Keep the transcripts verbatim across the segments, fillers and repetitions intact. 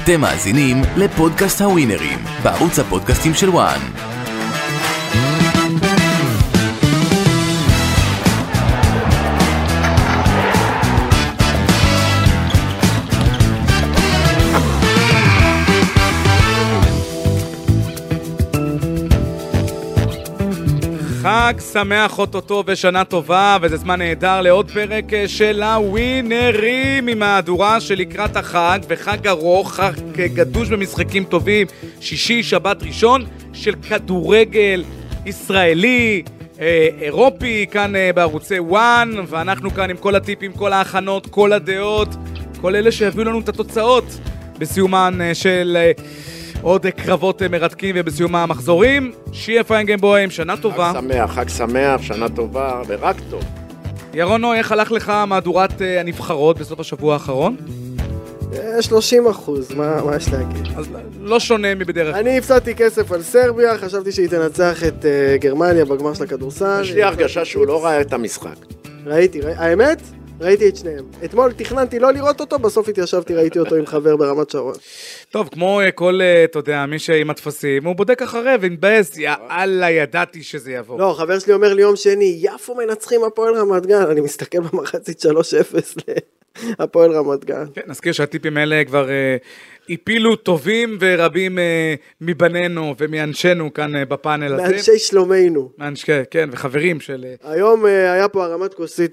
אתם מאזינים לפודקאסט הווינרים, בערוץ הפודקאסטים של וואן. חג שמח אוטוטו ושנה טובה, וזה זמן נהדר לעוד פרק של הווינרים עם מהדורה של לקראת החג, וחג ארוך, חג גדוש במשחקים טובים, שישי, שבת, ראשון, של כדורגל ישראלי, אירופי, כאן בערוצי וואן, ואנחנו כאן עם כל הטיפים, כל ההכנות, כל הדעות, כל אלה שהביאו לנו את התוצאות בסיומן של עוד קרבות מרתקים ובסיום המחזורים. שיהיה פיינגיים בוהם, שנה טובה. חג שמח, חג שמח, שנה טובה ורק טוב. ירונו, איך הלך לך מהדורת הנבחרות בסוף השבוע האחרון? שלושים אחוז, מה, מה יש להגיד? אז לא שונה מבדרך. אני הפסדתי כסף על סרביה, חשבתי שהיא תנצח את uh, גרמניה בגמר של הכדורסל. יש לי הרגשה שהוא לא ראה את המשחק. ראיתי, ראי, האמת? ראיתי את שניהם. אתמול תכננתי לא לראות אותו, בסוף התיישבתי, ראיתי אותו עם חבר ברמת שרון. טוב, כמו כל, אתה יודע, מי שעם התפסים, הוא בודק אחרי ומתבאס, יאללה, ידעתי שזה יבוא. לא, חבר שלי אומר לי יום שני, יפו מנצחים הפועל רמת גן, אני מסתכל במחצית שלוש אפס להפועל רמת גן. כן, נזכיר שהטיפים האלה כבר הפילו טובים ורבים מבנינו ומאנשנו כאן בפאנל הזה. מאנשי שלומנו. כן, וחברים של... היום היה פה הרמת כוסית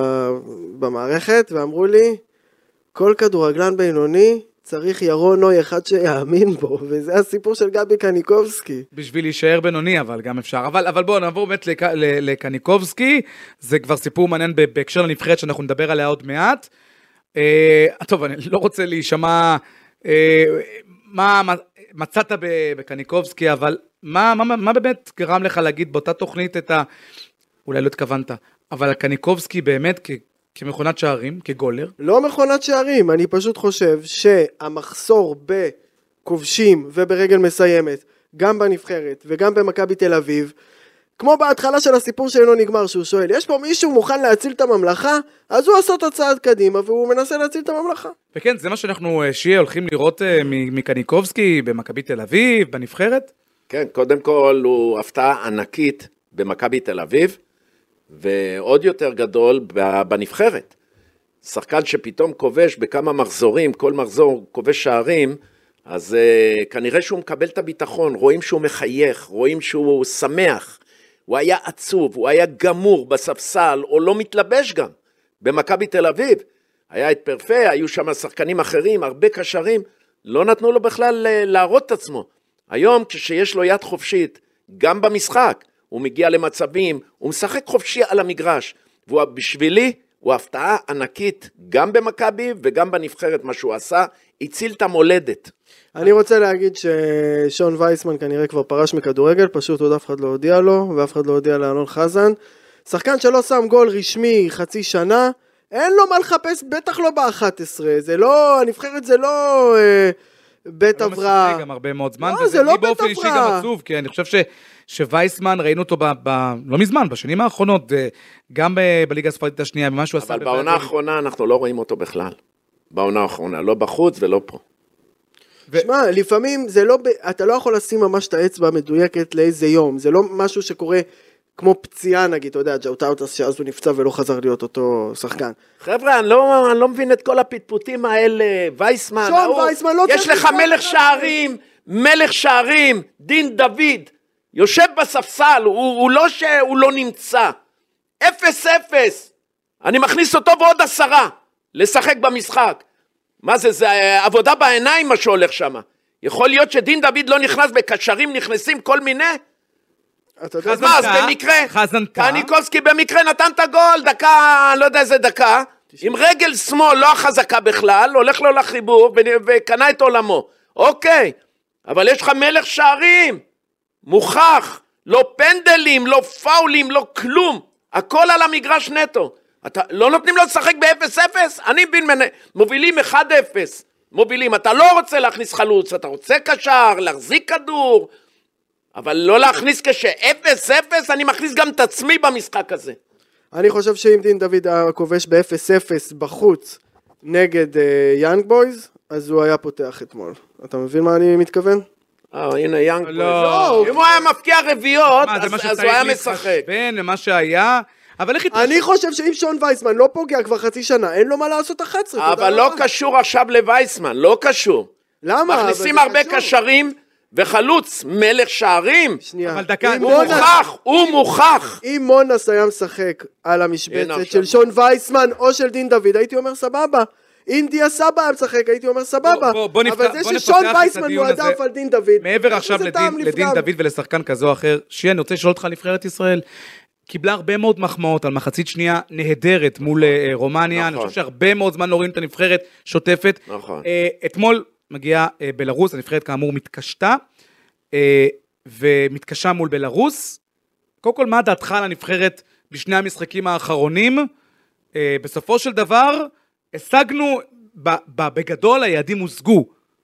במערכת, ואמרו לי, כל כדורגלן בינוני צריך ירון נוי אחד שיאמין בו, וזה הסיפור של גבי קניקובסקי. בשביל להישאר בינוני, אבל גם אפשר. אבל, אבל בואו נעבור באמת לק, לקניקובסקי, זה כבר סיפור מעניין בהקשר לנבחרת שאנחנו נדבר עליה עוד מעט. אה, טוב, אני לא רוצה להישמע אה, מה, מה מצאת בקניקובסקי, אבל מה, מה, מה באמת גרם לך להגיד באותה תוכנית את ה... אולי לא התכוונת, אבל הקניקובסקי באמת כ... כמכונת שערים, כגולר? לא מכונת שערים, אני פשוט חושב שהמחסור בכובשים וברגל מסיימת, גם בנבחרת וגם במכבי תל אביב, כמו בהתחלה של הסיפור שאינו נגמר, שהוא שואל, יש פה מישהו מוכן להציל את הממלכה? אז הוא עשה את הצעד קדימה, והוא מנסה להציל את הממלכה. וכן, זה מה שאנחנו שיהיה הולכים לראות מקניקובסקי במכבי תל אביב, בנבחרת? כן, קודם כל הוא הפתעה ענקית במכבי תל אביב, ועוד יותר גדול בנבחרת. שחקן שפתאום כובש בכמה מחזורים, כל מחזור כובש שערים, אז uh, כנראה שהוא מקבל את הביטחון, רואים שהוא מחייך, רואים שהוא שמח, הוא היה עצוב, הוא היה גמור בספסל, או לא מתלבש גם, במכבי תל אביב. היה את פרפה, היו שם שחקנים אחרים, הרבה קשרים, לא נתנו לו בכלל להראות את עצמו. היום כשיש לו יד חופשית, גם במשחק, הוא מגיע למצבים, הוא משחק חופשי על המגרש, והוא בשבילי, הוא הפתעה ענקית, גם במכבי וגם בנבחרת מה שהוא עשה, הציל את המולדת. אני רוצה להגיד ששון וייסמן כנראה כבר פרש מכדורגל, פשוט עוד אף אחד לא הודיע לו, ואף אחד לא הודיע לאלון חזן. שחקן שלא שם גול רשמי חצי שנה, אין לו מה לחפש, בטח לא ב-אחת עשרה, זה לא, הנבחרת זה לא... בית עברה. לא משחק גם הרבה מאוד זמן, לא, וזה לא באופן אישי גם עצוב, כי אני חושב ש, שווייסמן ראינו אותו ב, ב, לא מזמן, בשנים האחרונות, גם ב, בליגה הספרדית השנייה, ממה שהוא עשה. אבל בעונה האחרונה אנחנו לא רואים אותו בכלל. בעונה האחרונה, לא בחוץ ולא פה. ו... שמע, לפעמים זה לא, אתה לא יכול לשים ממש את האצבע המדויקת לאיזה יום, זה לא משהו שקורה כמו פציעה נגיד, אתה יודע, ג'אוטאוטס שאז הוא נפצע ולא חזר להיות אותו שחקן. חבר'ה, אני לא, אני לא מבין את כל הפטפוטים האלה, וייסמן, שון וייסמן לא יש לך מלך שערים, מלך שערים, דין דוד, יושב בספסל, הוא, הוא לא שהוא לא נמצא, אפס אפס, אני מכניס אותו ועוד עשרה, לשחק במשחק. מה זה, זה עבודה בעיניים מה שהולך שם. יכול להיות שדין דוד לא נכנס בקשרים, נכנסים כל מיני, אז מה, אז במקרה, קניקובסקי במקרה נתן את הגול, דקה, לא יודע איזה דקה, עם רגל שמאל, לא החזקה בכלל, הולך לו לחיבור וקנה את עולמו. אוקיי, אבל יש לך מלך שערים, מוכח, לא פנדלים, לא פאולים, לא כלום, הכל על המגרש נטו. אתה, לא נותנים לו לשחק ב-אפס אפס? אני בין מובילים אחד אפס, מובילים, אתה לא רוצה להכניס חלוץ, אתה רוצה קשר, להחזיק כדור, אבל לא להכניס כש-אפס אפס, אני מכניס גם את עצמי במשחק הזה. אני חושב שאם דין דוד כובש ב-אפס אפס בחוץ נגד יאנג בויז, אז הוא היה פותח אתמול. אתה מבין מה אני מתכוון? אה, הנה יאנג. לא. אם הוא היה מפקיע רביעיות, מה, זה מה אז אז הוא שצריך היה משחק. להתחשבן למה שהיה, אבל איך התחשב? אני חושב שאם שון וייסמן לא פוגע כבר חצי שנה, אין לו מה לעשות אחת עשרה. אבל לא קשור עכשיו לווייסמן, לא קשור. למה? מכניסים הרבה קשרים, וחלוץ מלך שערים. שנייה. אבל דקה, אם הוא מונס- מוכח, הוא מוכח. אם מונס היה משחק על הנה, המשבצת עכשיו. של שון וייסמן או של דין דוד, הייתי אומר סבבה. אם דיה סבא היה משחק, הייתי אומר סבבה. בוא- בוא- בוא נפתח- אבל בוא זה ששון נפתח את וייסמן הדיון מועדף הזה. על דין דוד. מעבר יש עכשיו לזה לדין, טעם לדין לפגם. דוד ולשחקן כזה או אחר, שיהיה, אני רוצה לשאול אותך על נבחרת ישראל. קיבלה הרבה מאוד מחמאות על מחצית שנייה נהדרת מול אה, רומניה, אני נכון. חושב שהרבה מאוד זמן לא רואים את הנבחרת שוטפת. נכון. אה, אתמול מגיעה אה, בלרוס, הנבחרת כאמור מתקשתה, אה, ומתקשה מול בלרוס. קודם כל, מה דעתך על הנבחרת בשני המשחקים האחרונים? אה, בסופו של דבר, השגנו, ב- ב- בגדול היעדים הושגו.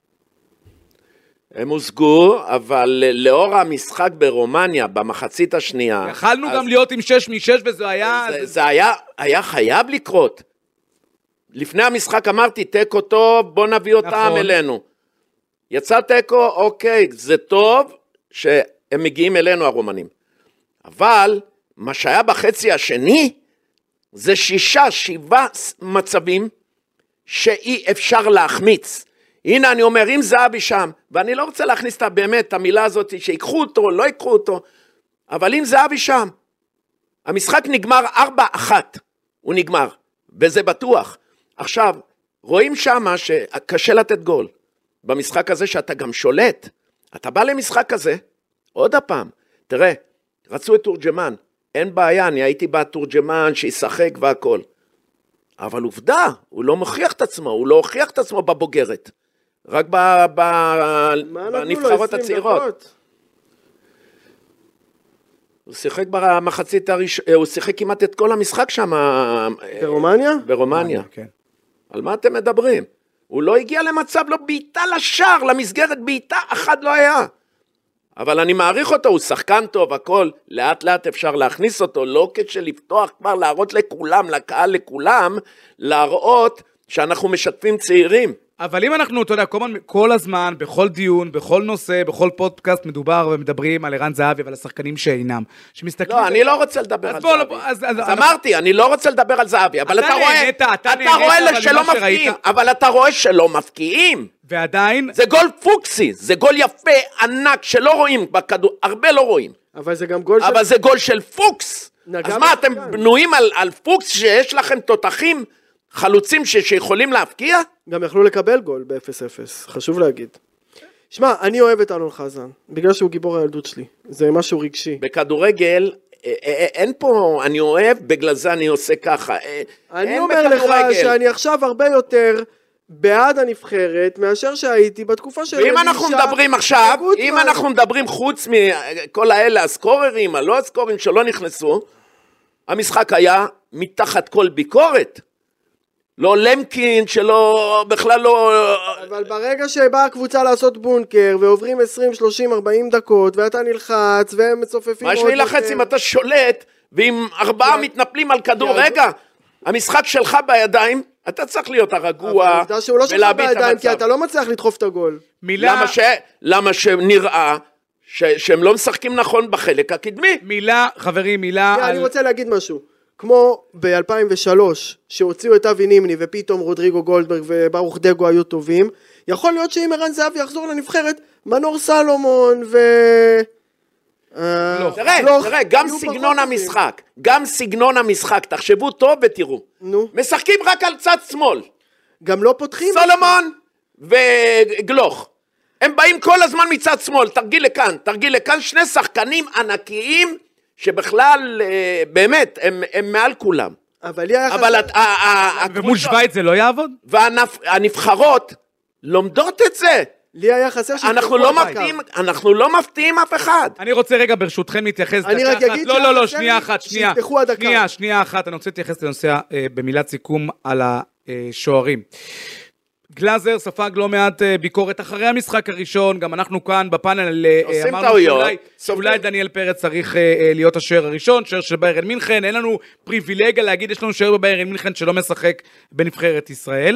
הם הושגו, אבל לאור המשחק ברומניה, במחצית השנייה... יכלנו אז גם להיות עם שש משש, וזה היה... זה, זה היה, היה חייב לקרות. לפני המשחק אמרתי, תיקו טוב, בוא נביא אותם נכון. אלינו. יצא תיקו, אוקיי, זה טוב שהם מגיעים אלינו הרומנים. אבל מה שהיה בחצי השני, זה שישה, שבעה מצבים שאי אפשר להחמיץ. הנה אני אומר, אם זהבי שם, ואני לא רוצה להכניס את באמת את המילה הזאת, שיקחו אותו, לא ייקחו אותו, אבל אם זהבי שם, המשחק נגמר ארבע אחת, הוא נגמר, וזה בטוח. עכשיו, רואים שמה שקשה לתת גול, במשחק הזה שאתה גם שולט, אתה בא למשחק כזה, עוד הפעם, תראה, רצו את תורג'מן, אין בעיה, אני הייתי בא תורג'מן שישחק והכל, אבל עובדה, הוא לא מוכיח את עצמו, הוא לא הוכיח את עצמו בבוגרת, רק ב, ב, מה נתנו לו? בנבחרות עשרים הצעירות. דקות? הוא שיחק במחצית הראשונה, הוא שיחק כמעט את כל המשחק שם. ברומניה? ברומניה. כן. על מה אתם מדברים? הוא לא הגיע למצב, לא בעיטה לשער, למסגרת בעיטה אחת לא היה. אבל אני מעריך אותו, הוא שחקן טוב, הכל, לאט לאט אפשר להכניס אותו, לא כשלפתוח כבר, להראות לכולם, לקהל לכולם, להראות שאנחנו משתפים צעירים. אבל אם אנחנו, אתה יודע, כל, כל הזמן, בכל דיון, בכל נושא, בכל פודקאסט מדובר ומדברים על ערן זהבי ועל השחקנים שאינם. שמסתכלים... לא, אני לא רוצה לדבר אז על בוא, זהבי. בוא, אז- אז אז- אמרתי, אני לא רוצה לדבר על זהבי, אבל אתה אתה רואה, נהנית, אתה אתה נהנית, רואה אבל שלא ממה שראית- מפקיעים, אבל אתה רואה שלא מפקיעים. ועדיין... זה גול פוקסי, זה גול יפה, ענק, שלא רואים בכדור, הרבה לא רואים. אבל זה גם גול של... אבל זה גול של פוקס. נגע אז מה, אתם בשחקן. בנויים על, על פוקס שיש לכם תותחים, חלוצים ש, שיכולים להפקיע? גם יכלו לקבל גול ב-אפס אפס, חשוב להגיד. שמע, אני אוהב את אלון חזן, בגלל שהוא גיבור הילדות שלי. זה משהו רגשי. בכדורגל, אה, אה, אין פה, אני אוהב, בגלל זה אני עושה ככה. אה, אני אין אומר לך בכדורגל. שאני עכשיו הרבה יותר בעד הנבחרת, מאשר שהייתי בתקופה של... ואם אנחנו אלישע מדברים עכשיו, וגוטמן. אם אנחנו מדברים חוץ מכל האלה, הסקוררים, הלא הסקוררים שלא נכנסו, המשחק היה מתחת כל ביקורת. לא למקין, שלא, בכלל לא... אבל ברגע שבאה הקבוצה לעשות בונקר, ועוברים עשרים, שלושים, ארבעים דקות, ואתה נלחץ, והם מצופפים... מה יש לי לחץ אם אתה שולט, ואם ארבעה מתנפלים על כדור, רגע, המשחק שלך בידיים, אתה צריך להיות הרגוע, אבל עובדה שהוא לא שלך ולהביא את בידיים, כי המצב. אתה לא מצליח לדחוף את הגול. מילה... למה ש... למה שנראה ש... שהם לא משחקים נכון בחלק הקדמי? מילה, חברים, מילה אני על... רוצה להגיד משהו. כמו ב-אלפיים ושלוש, שהוציאו את אבי נימני, ופתאום רודריגו גולדברג וברוך דגו היו טובים, יכול להיות שאם ערן זהבי יחזור לנבחרת, מנור סלומון ו... לא. תראה, גלוך, תראה, גם יהיו סגנון פחות המשחק, גם סגנון המשחק, תחשבו טוב ותראו. נו. משחקים רק על צד שמאל, גם לא פותחים. סולומון וגלוך. הם באים כל הזמן מצד שמאל, תרגיל לכאן, תרגיל לכאן, שני שחקנים ענקיים, שבכלל, אה, באמת, הם, הם מעל כולם. אבל לי היה אבל חסר- הת- ה- ה- ומול הקבוצות- שוויץ זה לא יעבוד? והנבחרות לומדות את זה. לי היה חסר שיפתחו אנחנו לא על מפתיעים, הקו. אנחנו לא מפתיעים אף אחד. אני רוצה רגע ברשותכם להתייחס אני דקה רק אחת. אגיד לא, שהיה לא, לא, חסר שנייה לי אחת, שנייה. שיפתחו עד הקו. שנייה, שנייה אחת, אני רוצה להתייחס לנושא אה, במילת סיכום על השוערים. גלאזר ספג לא מעט אה, ביקורת אחרי המשחק הראשון, גם אנחנו כאן בפאנל אה, עושים אמרנו טעויות. שאולי, שאולי דניאל פרץ צריך אה, אה, להיות השוער הראשון, שוער של ביירן מינכן, אין לנו פריבילגיה להגיד, יש לנו שוער בביירן מינכן שלא משחק בנבחרת ישראל,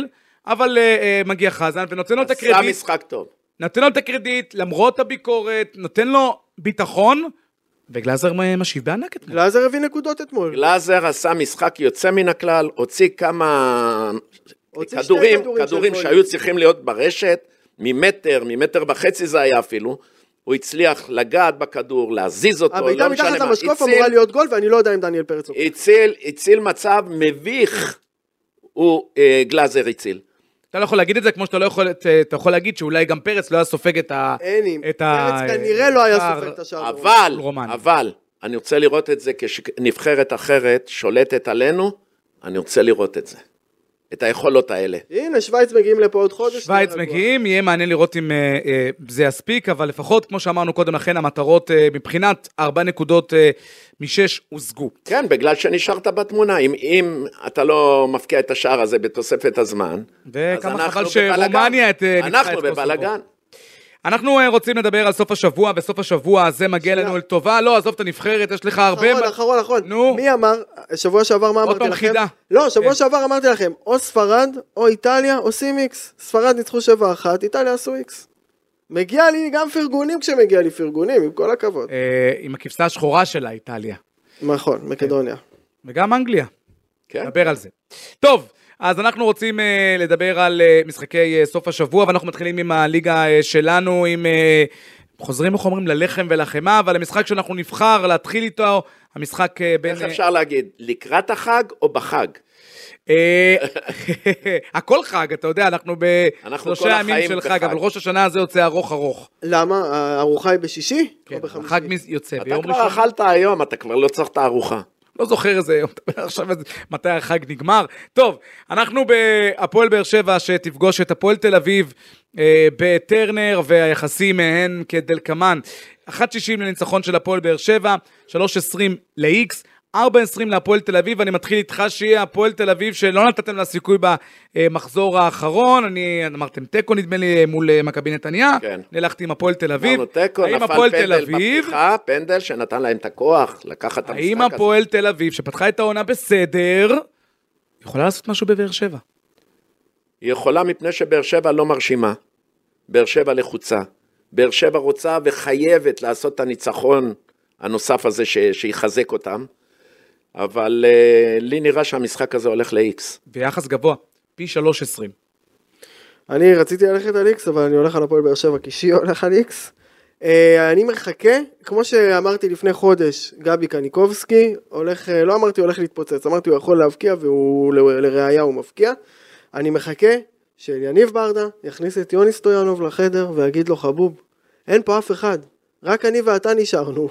אבל uh, מגיע חזן ונותן לו את הקרדיט. עשה משחק טוב. נותן לו את הקרדיט, למרות הביקורת, נותן לו ביטחון, וגלאזר משיב בענק אתמול. גלאזר הביא נקודות אתמול. גלאזר עשה משחק יוצא מן הכלל, הוציא כמה הוציא כדורים, כדורים כדורים של שהיו צריכים להיות ברשת, ממטר, ממטר וחצי זה היה אפילו, הוא הצליח לגעת בכדור, להזיז אותו, הבעיטה לא משנה מתחת מה. למשקוף הציל- אמורה להיות גול, ואני לא יודע אם דניאל פרץ הוא. הציל, הציל מצב מביך, הוא אה, גלאזר הציל. אתה לא יכול להגיד את זה כמו שאתה לא יכול, אתה יכול להגיד שאולי גם פרץ לא היה סופג את ה... אין, את ה- פרץ כנראה לא היה השער. סופג את השער. אבל, רומני. אבל, אני רוצה לראות את זה כשנבחרת אחרת שולטת עלינו, אני רוצה לראות את זה. את היכולות האלה. הנה, שוויץ מגיעים לפה עוד חודש. שוויץ נהיה רגוע. מגיעים, יהיה מעניין לראות אם אה, אה, זה יספיק, אבל לפחות, כמו שאמרנו קודם לכן, המטרות אה, מבחינת ארבע נקודות אה, משש הושגו. כן, בגלל שנשארת בתמונה. אם, אם אתה לא מפקיע את השער הזה בתוספת הזמן, וכמה אז חבל אנחנו שרומניה את, אה, בבלגן. ניצחה אנחנו את קוסובו. בבלגן. אנחנו אה, רוצים לדבר על סוף השבוע, וסוף השבוע הזה מגיע לנו לטובה. לא, עזוב את הנבחרת, יש לך הרבה... אחרון, אחרון, אחרון. נו. מי אמר, שבוע שעבר מה אמרתי פעם לכם? חידה. לא, שבוע כן. שעבר אמרתי לכם, או ספרד, או איטליה, עושים איקס. ספרד ניצחו שבע אחת, איטליה עשו איקס. מגיע לי גם פרגונים כשמגיע לי פרגונים, עם כל הכבוד. אה, עם הכבשה השחורה שלה, איטליה. נכון, מקדוניה. וגם אנגליה. כן. נדבר על זה. טוב, אז אנחנו רוצים uh, לדבר על uh, משחקי uh, סוף השבוע, ואנחנו מתחילים עם הליגה uh, שלנו, עם uh, חוזרים איך אומרים ללחם ולחמה, אבל המשחק שאנחנו נבחר להתחיל איתו, המשחק uh, בין... איך אפשר להגיד? לקראת החג או בחג? אה, הכל חג, אתה יודע, אנחנו אנחנו כל בשלושה ימים החיים של בחג. חג, אבל ראש השנה הזה יוצא ארוך ארוך. למה? הארוחה היא בשישי? כן, או בחמישי? החג יוצא אתה ביום כבר ראשון. אכלת היום, אתה כבר לא צריך את הארוחה. לא זוכר איזה יום, עכשיו מתי החג נגמר. טוב, אנחנו בהפועל באר שבע שתפגוש את הפועל תל אביב אה, בטרנר, והיחסים מהן כדלקמן. אחת שישים לניצחון של הפועל באר שבע, שלוש עשרים ל-X, ארבע עשרים להפועל תל אביב. אני מתחיל איתך שיהיה הפועל תל אביב שלא נתתם לה סיכוי במחזור האחרון. אני אמרתם תיקו נדמה לי מול מכבי נתניה. כן. נלכתי עם הפועל תל אביב. אמרנו תיקו, האם נפל הפועל תל פנדל אביב, בפתיחה, פנדל שנתן להם את הכוח לקחת את המשחק הזה. האם הפועל תל אביב שפתחה את העונה בסדר, יכולה לעשות משהו בבאר שבע? היא יכולה מפני שבאר שבע לא מרשימה. באר שבע לחוצה. באר שבע רוצה וחייבת לעשות את הניצחון הנוסף הזה ש... שיחזק אותם. אבל uh, לי נראה שהמשחק הזה הולך ל-X. ביחס גבוה, פי שלוש עשרים. אני רציתי ללכת על איקס, אבל אני הולך על הפועל באר שבע, כי שי הולך על איקס. Uh, אני מחכה, כמו שאמרתי לפני חודש, גבי קניקובסקי, הולך, לא אמרתי הולך להתפוצץ, אמרתי הוא יכול להבקיע, והוא לראיה הוא מבקיע. אני מחכה שיניב ברדה יכניס את יוני סטויאנוב לחדר, ויגיד לו חבוב, אין פה אף אחד. רק אני ואתה נשארנו,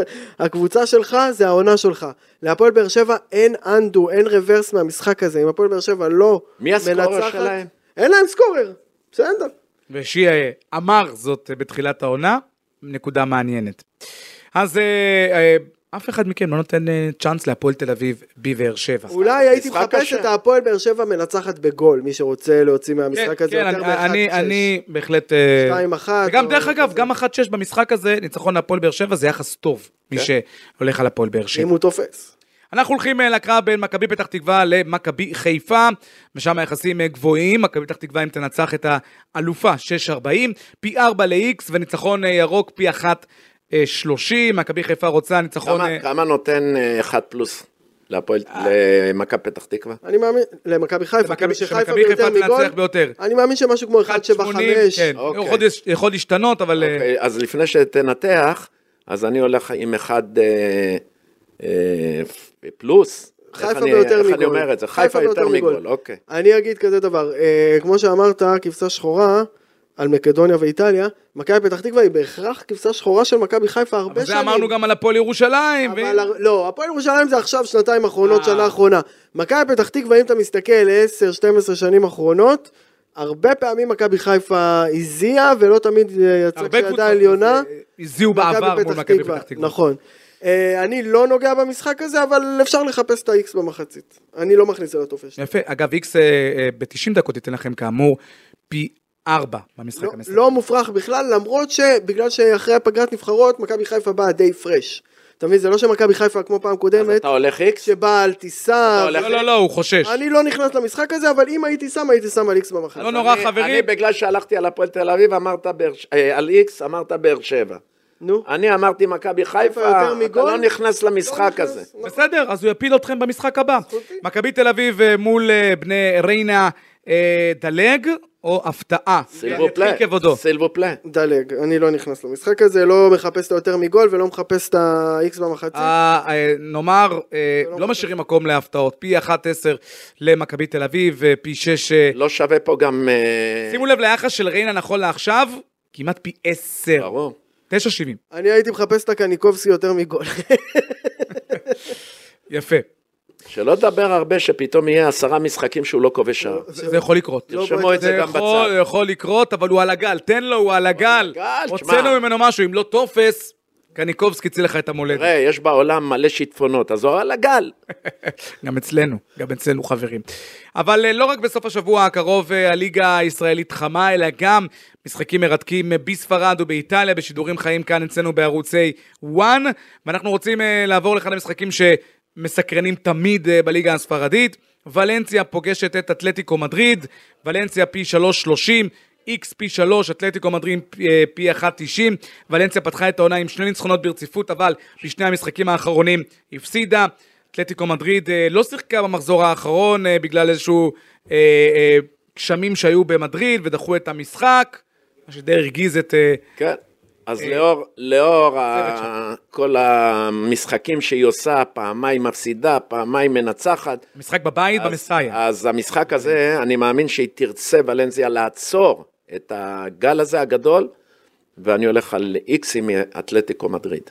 הקבוצה שלך זה העונה שלך. להפועל באר שבע אין אנדו, אין רוורס מהמשחק הזה, אם הפועל באר שבע לא מי הסקורר מנצחת, שלהם? אין להם סקורר, בסדר. ושי אמר זאת בתחילת העונה, נקודה מעניינת. אז אה, אה, אף אחד מכם לא נותן אה, צ'אנס להפועל תל אביב בבאר שבע. אולי הייתי משחק מחפש קשה. את הפועל באר שבע מנצחת בגול, מי שרוצה להוציא מהמשחק הזה כן, יותר אני- מאחד אני- שש. אני בהחלט... אה, שתיים אחת, וגם או- דרך אגב, גם אחת שש במשחק הזה, ניצחון להפועל באר שבע, זה יחס טוב, מי כן. שהולך על הפועל באר שבע. אם הוא תופס. אנחנו הולכים אה, לקרב בין מכבי פתח תקווה למכבי חיפה, ושם היחסים אה, גבוהים, מכבי פתח תקווה אם תנצח את האלופה שש ארבעים, פי ארבע ל-X וניצחון אה, ירוק פי אחת שלושים, מכבי חיפה רוצה ניצחון... כמה, אה, כמה נותן אה, אחד פלוס להפועל, למכבי פתח תקווה? אני מאמין, למכבי חיפה, למכבי- כאילו שחיפה שמכבי חיפה ביותר מגול, תנצח ביותר. אני מאמין שמשהו כמו אחד שבע שמונים, חמש. כן, אוקיי. יכול- יכול להשתנות, אבל... אה, אוקיי, אז לפני שתנתח, אז אני הולך עם אחד אה, אה, פלוס. חיפה איך אני- ביותר איך מגול. אני אומר את זה? חיפה יותר מגול, אוקיי. אני אגיד כזה דבר, אה, כמו שאמרת, כבשה שחורה על מקדוניה ואיטליה, מכבי פתח תקווה היא בהכרח כבשה שחורה של מכבי חיפה הרבה אבל זה שנים. אמרנו גם על הפועל ירושלים. ו- אבל הר- לא, הפועל ירושלים זה עכשיו שנתיים אחרונות, אה. שנה אחרונה. מכבי פתח תקווה, אם אתה מסתכל עשר שתים עשרה שנים אחרונות, הרבה פעמים מכבי חיפה הזיעה, ולא תמיד יצא הרבה כשידה קבוצות עליונה. אה, הזיעו בעבר מול מכבי פתח תקווה. נכון. אה, אני לא נוגע במשחק הזה, אבל אפשר לחפש את ה-X במחצית. אני לא מכניס אל התופש. יפה, אגב, איקס ב-תשעים דקות ייתן לכם כאמור פי ארבע במשחק לא, המסתכל. לא מופרך בכלל, למרות שבגלל שאחרי הפגרת נבחרות, מכבי חיפה באה די פרש. אתה מבין, זה לא שמכבי חיפה כמו פעם אז קודמת, אתה הולך איקס? שבא על טיסה, הולך- לא, לא, לא, הוא חושש. אני לא נכנס למשחק הזה, אבל אם הייתי שם, הייתי שם על איקס במחצית. לא נורא, אני- חברים. אני בגלל שהלכתי על הפועל תל אביב, אמרת באר ש- אה, על איקס, אמרת באר שבע. נו, אני אמרתי מכבי חיפה, יותר אתה מגול? לא נכנס למשחק לא הזה. נכנס, נכון. בסדר, אז הוא יפיל אתכם במשחק הבא. זכותי. מכבי תל אביב אה, מול אה, בני ריינה, אה, דלג או הפתעה? סילבו יתחיל פלה, כבודו. סילבו פלה. דלג, אני לא נכנס למשחק הזה, לא מחפש את היותר מגול ולא מחפש את ה-X במחצית. אה, אה, נאמר, אה, לא לא משאירים מקום להפתעות. פי אחת עשר למכבי תל אביב, אה, פי שש... אה, לא שווה פה גם... אה, שימו לב ליחס של ריינה נכון לעכשיו, כמעט פי עשר. ברור. תשע שבעים. אני הייתי מחפש את הקניקובסקי יותר מגול. יפה. שלא תדבר הרבה שפתאום יהיה עשרה משחקים שהוא לא כובש שער. זה זה יכול לקרות. לא תרשמו את זה גם יכול, בצד. יכול לקרות, אבל הוא על הגל. תן לו, הוא על הגל. הגל, הוצאנו תשמע. ממנו משהו, אם לא תופס, קניקובסקי הציל לך את המולדת. תראה, יש בעולם מלא שיטפונות, אז הוא על הגל. גם אצלנו, גם אצלנו חברים. אבל אה, לא רק בסוף השבוע הקרוב אה, הליגה הישראלית חמה, אלא גם משחקים מרתקים אה, בספרד ובאיטליה, בשידורים חיים כאן אצלנו בערוצי וואן, ואנחנו רוצים אה, לעבור לאחד המשחקים שמסקרנים תמיד אה, בליגה הספרדית. ולנסיה פוגשת את אתלטיקו מדריד, ולנסיה פי שלוש שלושים, איקס פי שלוש, אתלטיקו מדריד אה, פי אחת תשעים, ולנסיה פתחה את העונה עם שני ניצחונות ברציפות, אבל בשני המשחקים האחרונים הפסידה. אתלטיקו מדריד אה, לא שיחקה במחזור האחרון אה, בגלל איזשהו אה, אה, גשמים שהיו במדריד ודחו את המשחק, מה שדי הרגיז את... אה, כן. אז לאור, לאור ה... כל המשחקים שהיא עושה, פעמיים מפסידה, פעמיים מנצחת, משחק בבית אז, במסאיה. אז המשחק הזה, אני מאמין שהיא תרצה ולנסיה לעצור את הגל הזה הגדול, ואני הולך על איקס עם אתלטיקו מדריד.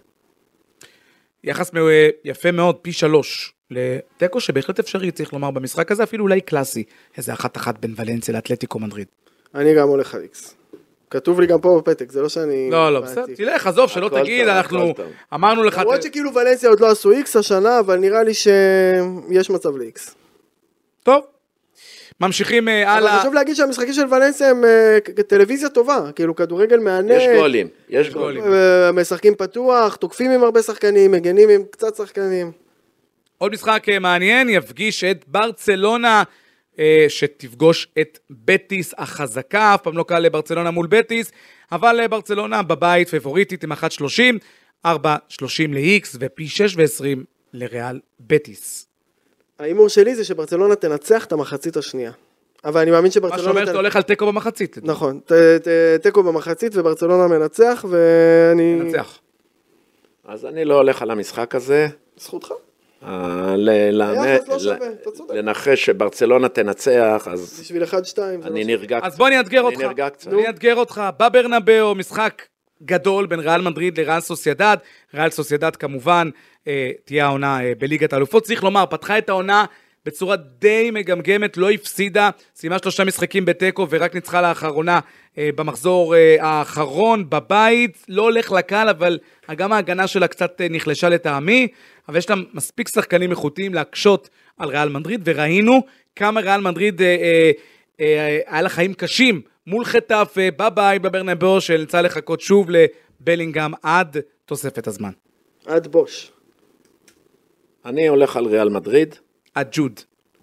יחס מ- יפה מאוד, פי שלוש. לטקו שבהחלט אפשרי, צריך לומר, במשחק הזה אפילו אולי קלאסי, איזה אחת אחת בין ולנסיה לאתלטיקו מדריד. אני גם הולך על איקס. כתוב לי גם פה בפתק, זה לא שאני... לא, לא, בעייתי. בסדר, תלך, עזוב, שלא הכל תגיד, טוב, אנחנו הכל טוב. אמרנו לך... למרות שכאילו ולנסיה עוד לא עשו איקס השנה, אבל נראה לי שיש מצב לאיקס. טוב, ממשיכים אה, אבל הלאה. חשוב להגיד שהמשחקים של ולנסיה הם אה, כ- טלוויזיה טובה, כאילו כדורגל מהנה. יש גולים, יש גולים. אה, משחקים פתוח, תוקפים עם הרבה שחקנים, מגנים עם קצת שחקנים. עוד משחק אה, מעניין, יפגיש את ברצלונה, אה, שתפגוש את בטיס החזקה, אף פעם לא קל לברצלונה מול בטיס, אבל אה, ברצלונה בבית פבוריטית עם אחת שלושים, ארבע שלושים ל-X ופי שש ועשרים לריאל בטיס. ההימור שלי זה שברצלונה תנצח את המחצית השנייה. אבל אני מאמין מה שברצלונה... שאומר תנ- שאתה הולך על תיקו במחצית. נכון, ת- ת- תיקו במחצית וברצלונה מנצח, ואני... נצח. אז אני לא הולך על המשחק הזה. זכותך. אה, ל- היחס לא ל- שווה, אתה צודק. לנחש שברצלונה תנצח, אז בשביל אחד שתיים. זה אני לא נרגע אז קצת. בוא אני אאתגר אני אותך. נרגע קצת. אני אאתגר אותך. בברנבאו, משחק גדול בין ריאל מדריד לריאל סוסיידד. ריאל סוסיידד כמובן אה, תהיה העונה אה, בליגת האלופות. צריך לומר, פתחה את העונה בצורה די מגמגמת, לא הפסידה, סיימה שלושה משחקים בטקו ורק ניצחה לאחרונה אה, במחזור אה, האחרון בבית. לא הולך לקל, אבל גם ההגנה שלה קצת אה, נחלשה לטעמי, אבל יש לה מספיק שחקנים איכותיים להקשות על ריאל מדריד, וראינו כמה ריאל מדריד אה, אה, אה, היה לה חיים קשים מול חטף אה, בבית בברנבאו, שנצא לחכות שוב לבלינגהם עד תוספת הזמן. עד בוש. אני הולך על ריאל מדריד, עד ג'וד.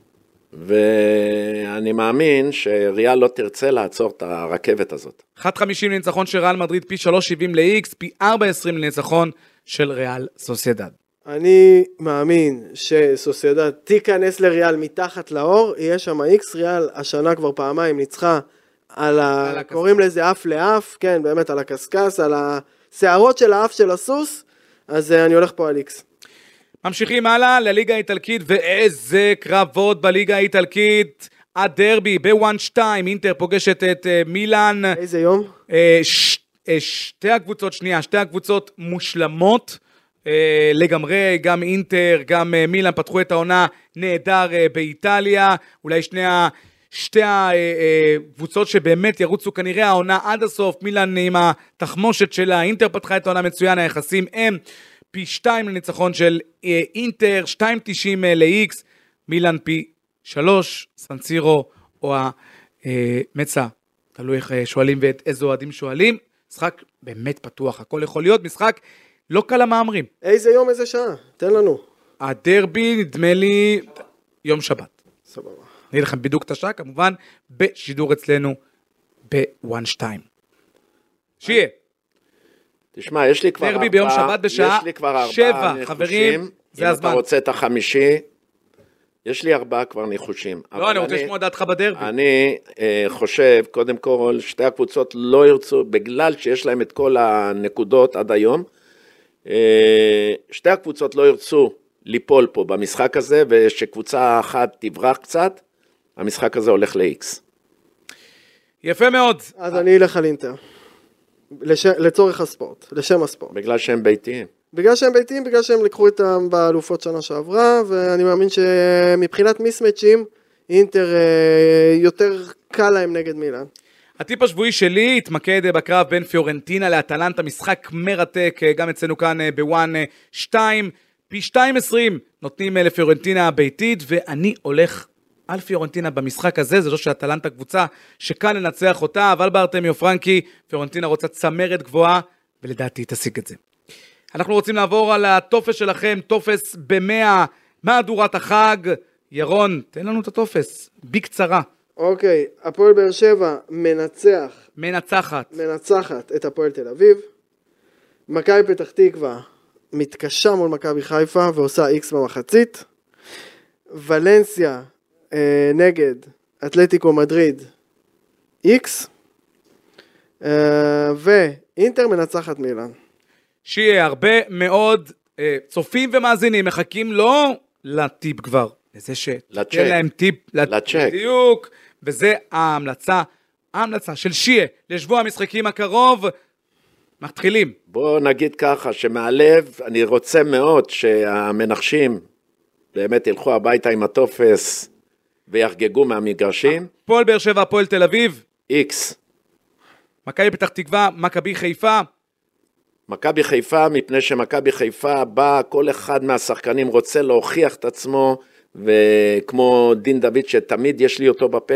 ואני מאמין שריאל לא תרצה לעצור את הרכבת הזאת. אחת חמישים לניצחון של ריאל מדריד, פי שלוש שבעים ל-X, פי ארבע עשרים לניצחון של ריאל סוסיידד. אני מאמין שסוסיידד תיכנס לריאל מתחת לאור, יהיה שם איקס. ריאל השנה כבר פעמיים ניצחה על ה... על הקסקס. קוראים לזה אף לאף, כן, באמת על הקסקס, על השערות של האף של הסוס, אז אה, אני הולך פה על איקס. ממשיכים הלאה לליגה האיטלקית, ואיזה קרבות בליגה האיטלקית. הדרבי בוואן שתיים, אינטר פוגשת את uh, מילאן. איזה יום? Uh, ש, uh, שתי הקבוצות, שנייה, שתי הקבוצות מושלמות uh, לגמרי, גם אינטר, גם uh, מילאן פתחו את העונה נהדר uh, באיטליה, אולי שני ה... שתי הקבוצות שבאמת ירוצו כנראה העונה עד הסוף, מילאן עם התחמושת שלה, אינטר פתחה את העונה מצוין, היחסים הם פי שתיים לניצחון של אינטר, שתיים תשעים ל-X, מילאן פי שלוש, סנסירו או המצע, תלוי איך שואלים ואת איזו אוהדים שואלים, משחק באמת פתוח, הכל יכול להיות, משחק לא קל המאמרים. איזה יום, איזה שעה? תן לנו. הדרבי, נדמה לי, יום שבת. סבבה. נראה לכם בדיוק את השעה, כמובן, בשידור אצלנו ב-וואן שתיים. שיהיה. תשמע, יש לי כבר ארבעה, דרבי ביום שבת בשעה יש לי כבר ארבעה שבע, ניחושים. חברים, זה אם הזמן. אתה רוצה את החמישי, יש לי ארבעה כבר ניחושים. לא, אני רוצה לשמוע דעתך בדרבי. אני אה, חושב, קודם כל, שתי הקבוצות לא ירצו, בגלל שיש להם את כל הנקודות עד היום, אה, שתי הקבוצות לא ירצו ליפול פה במשחק הזה, ושקבוצה אחת תברח קצת, המשחק הזה הולך ל-X. יפה מאוד. אז אני אלך על אינטר. לש... לצורך הספורט, לשם הספורט. בגלל שהם ביתיים. בגלל שהם ביתיים, בגלל שהם לקחו איתם באלופות שנה שעברה, ואני מאמין שמבחינת מיסמצ'ים, אינטר יותר קל להם נגד מילאן. הטיפ השבועי שלי התמקד בקרב בין פיורנטינה לאטלנטה, משחק מרתק, גם אצלנו כאן בוואן שתיים, פי שתיים עשרים נותנים לפיורנטינה הביתית, ואני הולך על פיורנטינה במשחק הזה, זה לא שאטלנטה קבוצה שכאן לנצח אותה, אבל בארטמיו פרנקי, פיורנטינה רוצה צמרת גבוהה, ולדעתי תשיג את זה. אנחנו רוצים לעבור על הטופס שלכם, טופס במאה, מהדורת החג. ירון, תן לנו את הטופס, בקצרה. אוקיי, הפועל באר שבע מנצח. מנצחת. מנצחת את הפועל תל אביב. מכבי פתח תקווה מתקשה מול מכבי חיפה ועושה איקס במחצית. ולנסיה אה, נגד אתלטיקו מדריד איקס. אה, ואינטר מנצחת מילאן. שיהיה הרבה מאוד אה, צופים ומאזינים מחכים לא לטיפ כבר, לזה שתתן להם טיפ, לצ'ק. בדיוק, וזה ההמלצה, ההמלצה של שיה לשבוע המשחקים הקרוב. מתחילים. בוא נגיד ככה, שמהלב אני רוצה מאוד שהמנחשים באמת ילכו הביתה עם הטופס ויחגגו מהמגרשים. הפועל באר שבע, הפועל תל אביב. איקס. מכבי פתח תקווה, מכבי חיפה. מכבי חיפה, מפני שמכבי חיפה בא, כל אחד מהשחקנים רוצה להוכיח את עצמו, וכמו דין דוד שתמיד יש לי אותו בפה,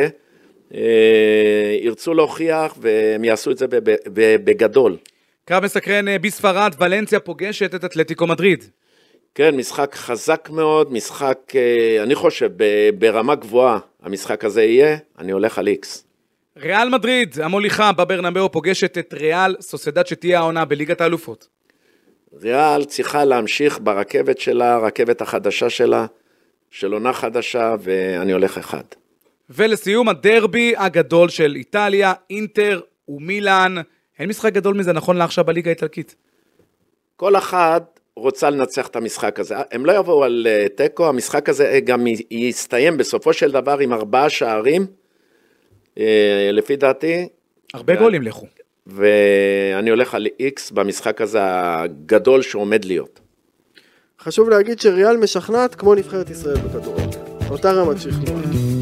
ירצו להוכיח והם יעשו את זה בגדול. קרב מסקרן בספרד, ולנסיה פוגשת את אתלטיקו מדריד. כן, משחק חזק מאוד, משחק, אני חושב, ברמה גבוהה, המשחק הזה יהיה, אני הולך על איקס. ריאל מדריד, המוליכה בברנבאו, פוגשת את ריאל סוסיידד שתהיה העונה בליגת האלופות. ריאל צריכה להמשיך ברכבת שלה, הרכבת החדשה שלה, של עונה חדשה, ואני הולך אחד. ולסיום הדרבי הגדול של איטליה, אינטר ומילאן. אין משחק גדול מזה, נכון לעכשיו בליגה האיטלקית? כל אחד רוצה לנצח את המשחק הזה. הם לא יבואו על טקו, המשחק הזה גם יסתיים בסופו של דבר עם ארבעה שערים, לפי דעתי. הרבה גולים לכו. ואני הולך על איקס במשחק הזה הגדול שעומד להיות. חשוב להגיד שריאל משכנעת כמו נבחרת ישראל בכדורגל. אותה רמת שכנוע.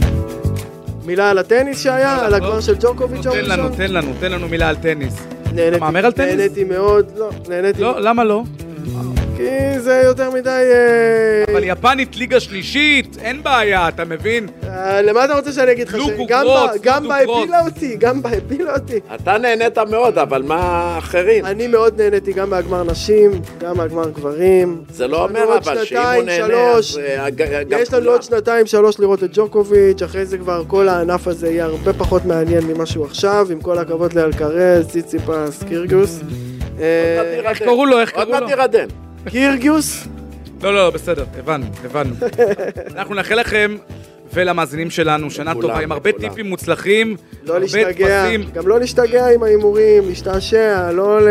מילה על הטניס שהיה, על הגמר של ג'וקוביץ'. תן לנו, תן לנו, תן לנו מילה על טניס. נהניתי, מאמר על טניס? נהניתי מאוד, לא, נהניתי. לא, למה לא? כי זה יותר מדי... אבל יפנית ליגה שלישית, אין בעיה, אתה מבין? למה אתה רוצה שאני אגיד לך? גם בה הפילה אותי, גם בה הפילה אותי. אתה נהנית מאוד, אבל מה אחרים? אני מאוד נהניתי גם מהגמר נשים, גם מהגמר גברים. זה לא אומר אבל שאם הוא נהנה, אז יש לנו עוד שנתיים, שלוש לראות את ג'וקוביץ', אחרי זה כבר כל הענף הזה יהיה הרבה פחות מעניין ממה שהוא עכשיו, עם כל הכבוד לאלקרז, ציציפס, קירגיוס. איך קראו לו? איך קראו לו? עוד מעט ירדם. קירגיוס? לא, לא, בסדר, הבנו, הבנו. אנחנו נאחל לכם ולמאזינים שלנו שנה טובה, עם הרבה טיפים מוצלחים, לא להשתגע, גם לא להשתגע עם ההימורים, להשתעשע, לא ל...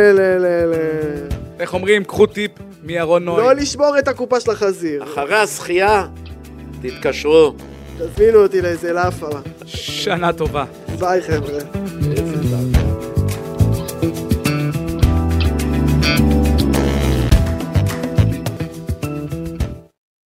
איך אומרים? קחו טיפ מירון נוי. לא לשבור את הקופה של החזיר. אחרי השחייה, תתקשרו. תזמינו אותי לאיזה לאפה. שנה טובה. ביי חבר'ה.